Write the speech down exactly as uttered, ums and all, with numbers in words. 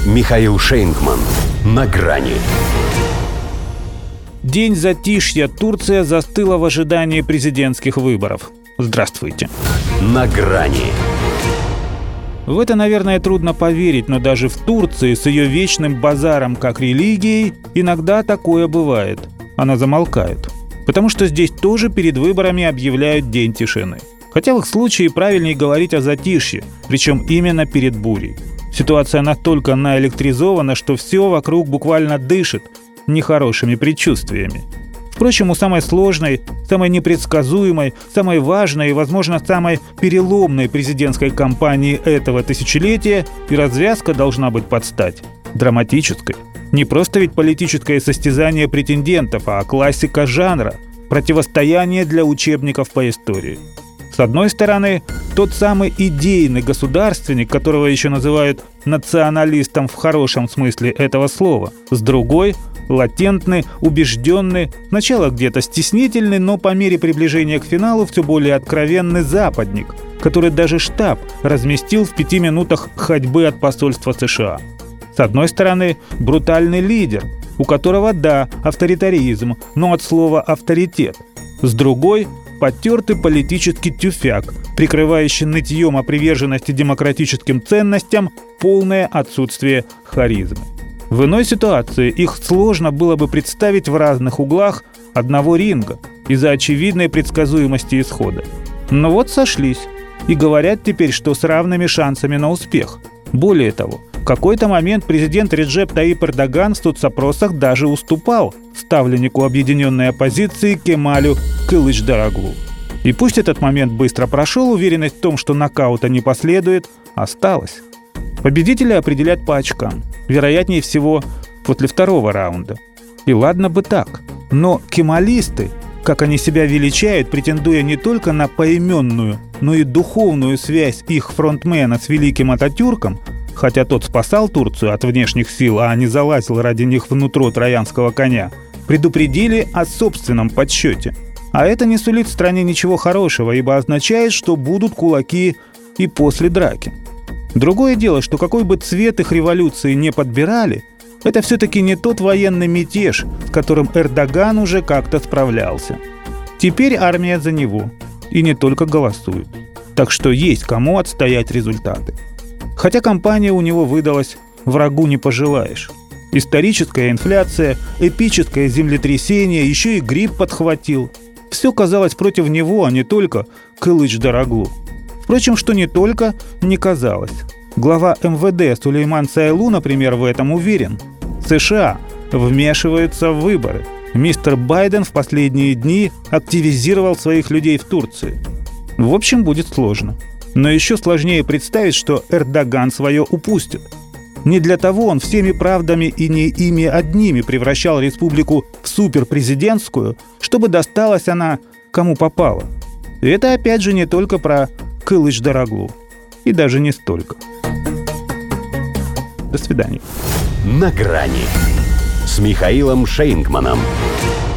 Михаил Шейнгман. На грани. День затишья. Турция застыла в ожидании президентских выборов. Здравствуйте. На грани. В это, наверное, трудно поверить, но даже в Турции с ее вечным базаром как религией иногда такое бывает. Она замолкает. Потому что здесь тоже перед выборами объявляют день тишины. Хотя в их случае правильнее говорить о затишье, причем именно перед бурей. Ситуация настолько наэлектризована, что все вокруг буквально дышит нехорошими предчувствиями. Впрочем, у самой сложной, самой непредсказуемой, самой важной и, возможно, самой переломной президентской кампании этого тысячелетия и развязка должна быть под стать драматической. Не просто ведь политическое состязание претендентов, а классика жанра, противостояние для учебников по истории. С одной стороны, тот самый идейный государственник, которого еще называют националистом в хорошем смысле этого слова. С другой – латентный, убежденный, сначала где-то стеснительный, но по мере приближения к финалу все более откровенный западник, который даже штаб разместил в пяти минутах ходьбы от посольства США. С одной стороны, брутальный лидер, у которого, да, авторитаризм, но от слова «авторитет». С другой – потертый политический тюфяк, прикрывающий нытьем о приверженности демократическим ценностям полное отсутствие харизмы. В иной ситуации их сложно было бы представить в разных углах одного ринга из-за очевидной предсказуемости исхода. Но вот сошлись и говорят теперь, что с равными шансами на успех. Более того, в какой-то момент президент Реджеп Таyyip Эрдоган в соцопросах даже уступал ставленнику объединенной оппозиции Кемалю Кылычдароглу. И пусть этот момент быстро прошел, уверенность в том, что нокаута не последует, осталась. Победителя определят по очкам, вероятнее всего после второго раунда. И ладно бы так, но кемалисты, как они себя величают, претендуя не только на поименную, но и духовную связь их фронтмена с великим Ататюрком, хотя тот спасал Турцию от внешних сил, а не залазил ради них внутрь троянского коня, предупредили о собственном подсчете. А это не сулит стране ничего хорошего, ибо означает, что будут кулаки и после драки. Другое дело, что какой бы цвет их революции не подбирали, это все-таки не тот военный мятеж, с которым Эрдоган уже как-то справлялся. Теперь армия за него. И не только голосует. Так что есть кому отстоять результаты. Хотя кампания у него выдалась «врагу не пожелаешь». Историческая инфляция, эпическое землетрясение, еще и грипп подхватил. Все казалось против него, а не только Кылычдароглу. Впрочем, что не только, не казалось. Глава эм вэ дэ Сулейман Сойлу, например, в этом уверен. США вмешиваются в выборы. Мистер Байден в последние дни активизировал своих людей в Турции. В общем, будет сложно. Но еще сложнее представить, что Эрдоган свое упустит. Не для того он всеми правдами и не ими одними превращал республику в суперпрезидентскую, чтобы досталась она кому попало. И это опять же не только про Кылычдароглу. И даже не столько. До свидания. На грани с Михаилом Шейнгманом.